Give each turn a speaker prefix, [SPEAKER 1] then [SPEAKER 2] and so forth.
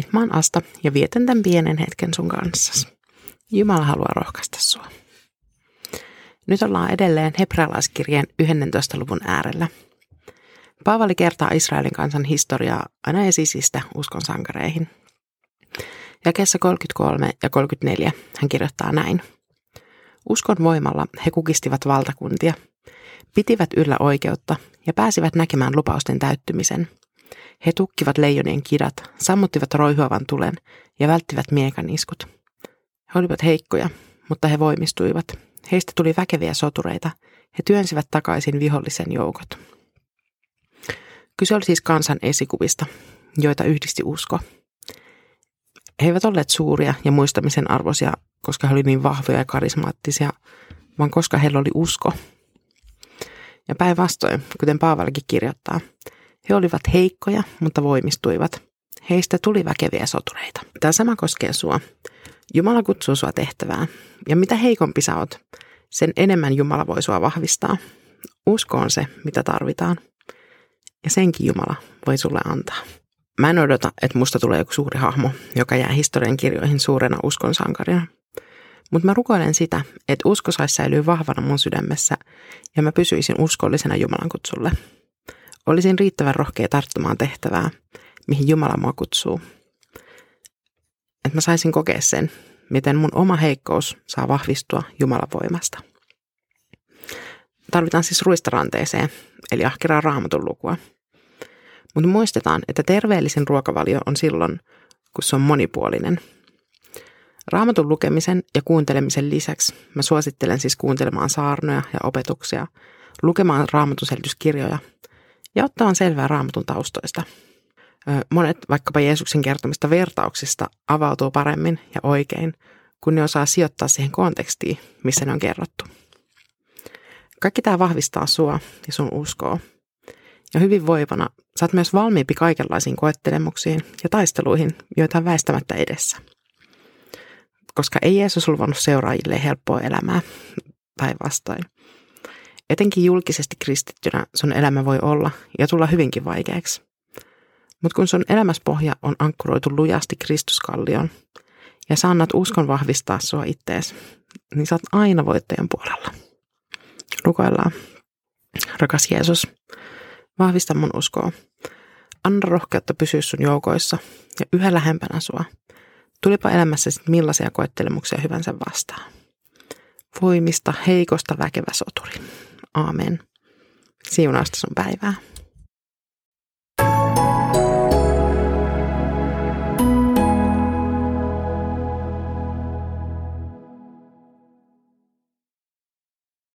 [SPEAKER 1] Mä oon Asta ja vietän tämän pienen hetken sun kanssasi. Jumala haluaa rohkaista sua. Nyt ollaan edelleen hebrealaiskirjeen 11. luvun äärellä. Paavali kertaa Israelin kansan historiaa aina esisistä uskon sankareihin. Jakeessa 33 ja 34 hän kirjoittaa näin. Uskon voimalla he kukistivat valtakuntia, pitivät yllä oikeutta ja pääsivät näkemään lupausten täyttymisen. He tukkivat leijonien kidat, sammuttivat roihuavan tulen ja välttivät miekan iskut. He olivat heikkoja, mutta he voimistuivat. Heistä tuli väkeviä sotureita. He työnsivät takaisin vihollisen joukot. Kyse oli siis kansan esikuvista, joita yhdisti usko. He eivät olleet suuria ja muistamisen arvoisia, koska he olivat niin vahvoja ja karismaattisia, vaan koska heillä oli usko. Ja päinvastoin, kuten Paavalikin kirjoittaa, he olivat heikkoja, mutta voimistuivat. Heistä tuli väkeviä sotureita. Tämä sama koskee sua. Jumala kutsuu sua tehtävään. Ja mitä heikompi sä oot, sen enemmän Jumala voi sua vahvistaa. Usko on se, mitä tarvitaan. Ja senkin Jumala voi sulle antaa. Mä en odota, että musta tulee joku suuri hahmo, joka jää historian kirjoihin suurena uskon sankarina. Mutta mä rukoilen sitä, että usko saisi säilyä vahvana mun sydämessä ja mä pysyisin uskollisena Jumalan kutsulle. Olisin riittävän rohkea tarttumaan tehtävää, mihin Jumala mua kutsuu. Että mä saisin kokea sen, miten mun oma heikkous saa vahvistua Jumalan voimasta. Tarvitaan siis ruista ranteeseen, eli ahkeraa Raamatun lukua. Mutta muistetaan, että terveellisin ruokavalio on silloin, kun se on monipuolinen. Raamatun lukemisen ja kuuntelemisen lisäksi mä suosittelen siis kuuntelemaan saarnoja ja opetuksia, lukemaan Raamatun selityskirjoja ja ottamaan selvää Raamatun taustoista. Monet vaikkapa Jeesuksen kertomista vertauksista avautuu paremmin ja oikein, kun ne osaa sijoittaa siihen kontekstiin, missä ne on kerrottu. Kaikki tämä vahvistaa sua ja sun uskoa. Ja hyvinvoivana sä oot myös valmiimpi kaikenlaisiin koettelemuksiin ja taisteluihin, joita on väistämättä edessä. Koska ei Jeesus luvannut seuraajille helppoa elämää, päinvastoin. Etenkin julkisesti kristittynä sun elämä voi olla ja tulla hyvinkin vaikeaksi. Mutta kun sun elämäspohja on ankkuroitu lujasti Kristuskallioon ja sä annat uskon vahvistaa sua ittees, niin sä oot aina voittajan puolella. Rukoillaan. Rakas Jeesus, vahvista mun uskoa. Anna rohkeutta pysyä sun joukoissa ja yhä lähempänä sua. Tulipa elämässä sit millaisia koettelemuksia hyvänsä vastaan. Voimista, heikosta, väkevä soturi. Aamen. Siunausta sun päivää.